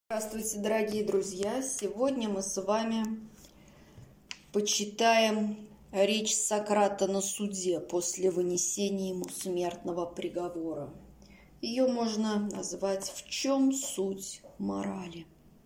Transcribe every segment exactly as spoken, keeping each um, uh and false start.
Здравствуйте, дорогие друзья! Сегодня мы с вами почитаем речь Сократа на суде после вынесения ему смертного приговора. Ее можно назвать «В чем суть морали?».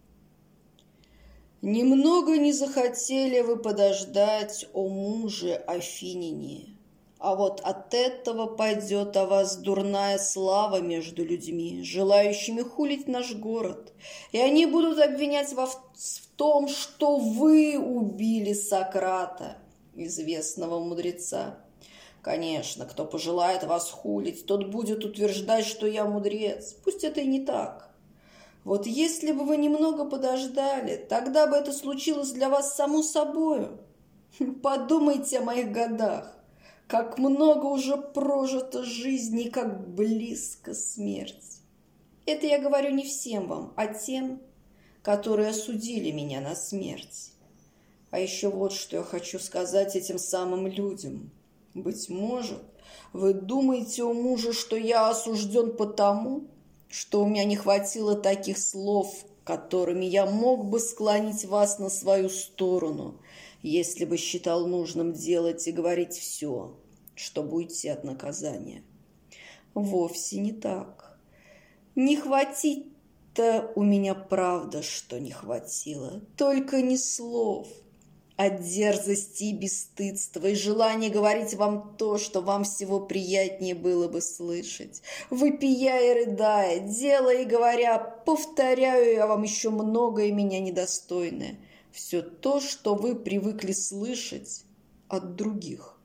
«Немного не захотели вы подождать, о муже Афиняне, а вот от этого пойдет о вас дурная слава между людьми, желающими хулить наш город, и они будут обвинять вас в том, что вы убили Сократа, известного мудреца. Конечно, кто пожелает вас хулить, тот будет утверждать, что я мудрец. Пусть это и не так. Вот если бы вы немного подождали, тогда бы это случилось для вас само собою. Подумайте о моих годах. Как много уже прожито жизни, как близко смерть. Это я говорю не всем вам, а тем, которые осудили меня на смерть. А еще вот что я хочу сказать этим самым людям. Быть может, вы думаете, о муже, что я осужден потому, что у меня не хватило таких слов, которыми я мог бы склонить вас на свою сторону, если бы считал нужным делать и говорить все, чтобы уйти от наказания. Вовсе не так. Не хватить-то у меня правда, что не хватило, только не слов, а дерзости и бесстыдства, и желания говорить вам то, что вам всего приятнее было бы слышать, вопия и рыдая, делая и говоря, повторяю я вам еще многое меня недостойное, все то, что вы привыкли слышать от других.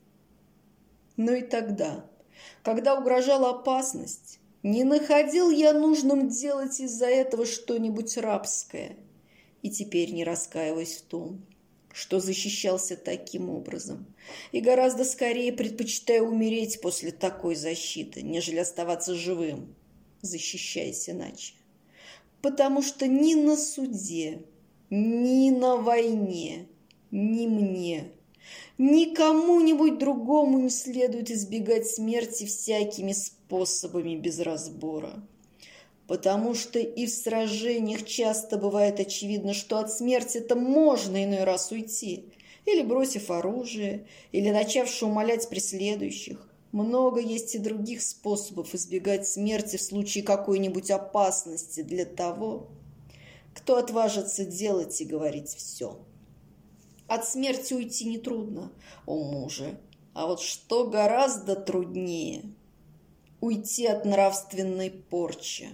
Но и тогда, когда угрожала опасность, не находил я нужным делать из-за этого что-нибудь рабское, и теперь не раскаиваюсь в том, что защищался таким образом, и гораздо скорее предпочитаю умереть после такой защиты, нежели оставаться живым, защищаясь иначе. Потому что ни на суде, ни на войне, ни мне, ни кому-нибудь другому не следует избегать смерти всякими способами без разбора. Потому что и в сражениях часто бывает очевидно, что от смерти-то можно иной раз уйти, или бросив оружие, или начавши умолять преследующих. Много есть и других способов избегать смерти в случае какой-нибудь опасности для того, кто отважится делать и говорить все. От смерти уйти нетрудно, о муже, а вот что гораздо труднее – уйти от нравственной порчи,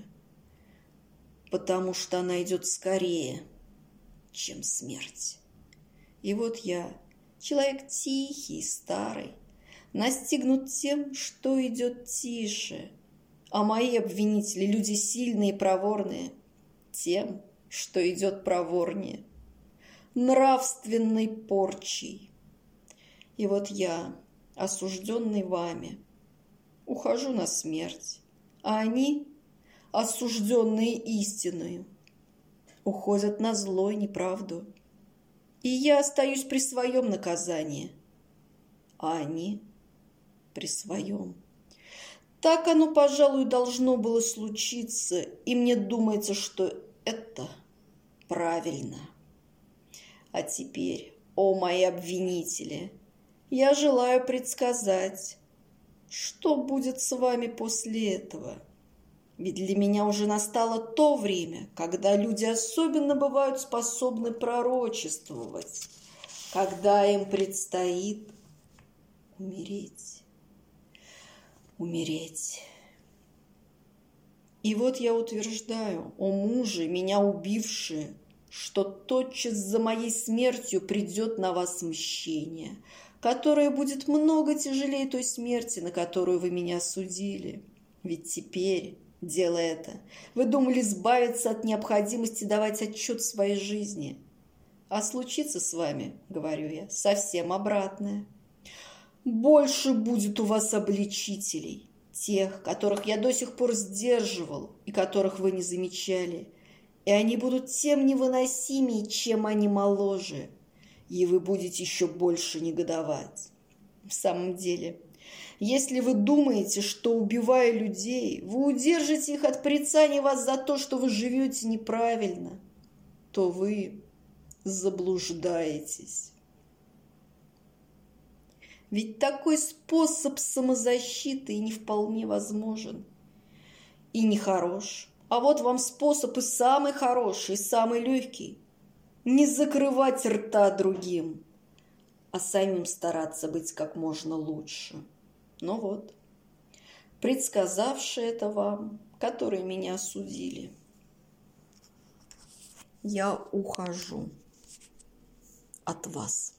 потому что она идет скорее, чем смерть. И вот я, человек тихий, старый, настигнут тем, что идет тише, а мои обвинители, люди сильные и проворные, тем, что идет проворнее, нравственной порчей. И вот я, осужденный вами, ухожу на смерть, а они, осужденные истиною, уходят на зло и неправду. И я остаюсь при своем наказании, а они при своем. Так оно, пожалуй, должно было случиться, и мне думается, что это правильно. А теперь, о мои обвинители, я желаю предсказать, что будет с вами после этого. Ведь для меня уже настало то время, когда люди особенно бывают способны пророчествовать, когда им предстоит умереть. Умереть. И вот я утверждаю, о муже, меня убившие, что тотчас за моей смертью придет на вас мщение, которое будет много тяжелее той смерти, на которую вы меня осудили. Ведь теперь, делая это, вы думали избавиться от необходимости давать отчет своей жизни. А случится с вами, говорю я, совсем обратное. Больше будет у вас обличителей, тех, которых я до сих пор сдерживал и которых вы не замечали, и они будут тем невыносимее, чем они моложе, и вы будете еще больше негодовать. В самом деле, Если вы думаете, что, убивая людей, вы удержите их от порицания вас за то, что вы живете неправильно, то вы заблуждаетесь. Ведь такой способ самозащиты и не вполне возможен, и не хорош. А вот вам способ и самый хороший, и самый легкий. Не закрывать рта другим, а самим стараться быть как можно лучше. Ну вот, предсказавшие это вам, которые меня осудили, я ухожу от вас.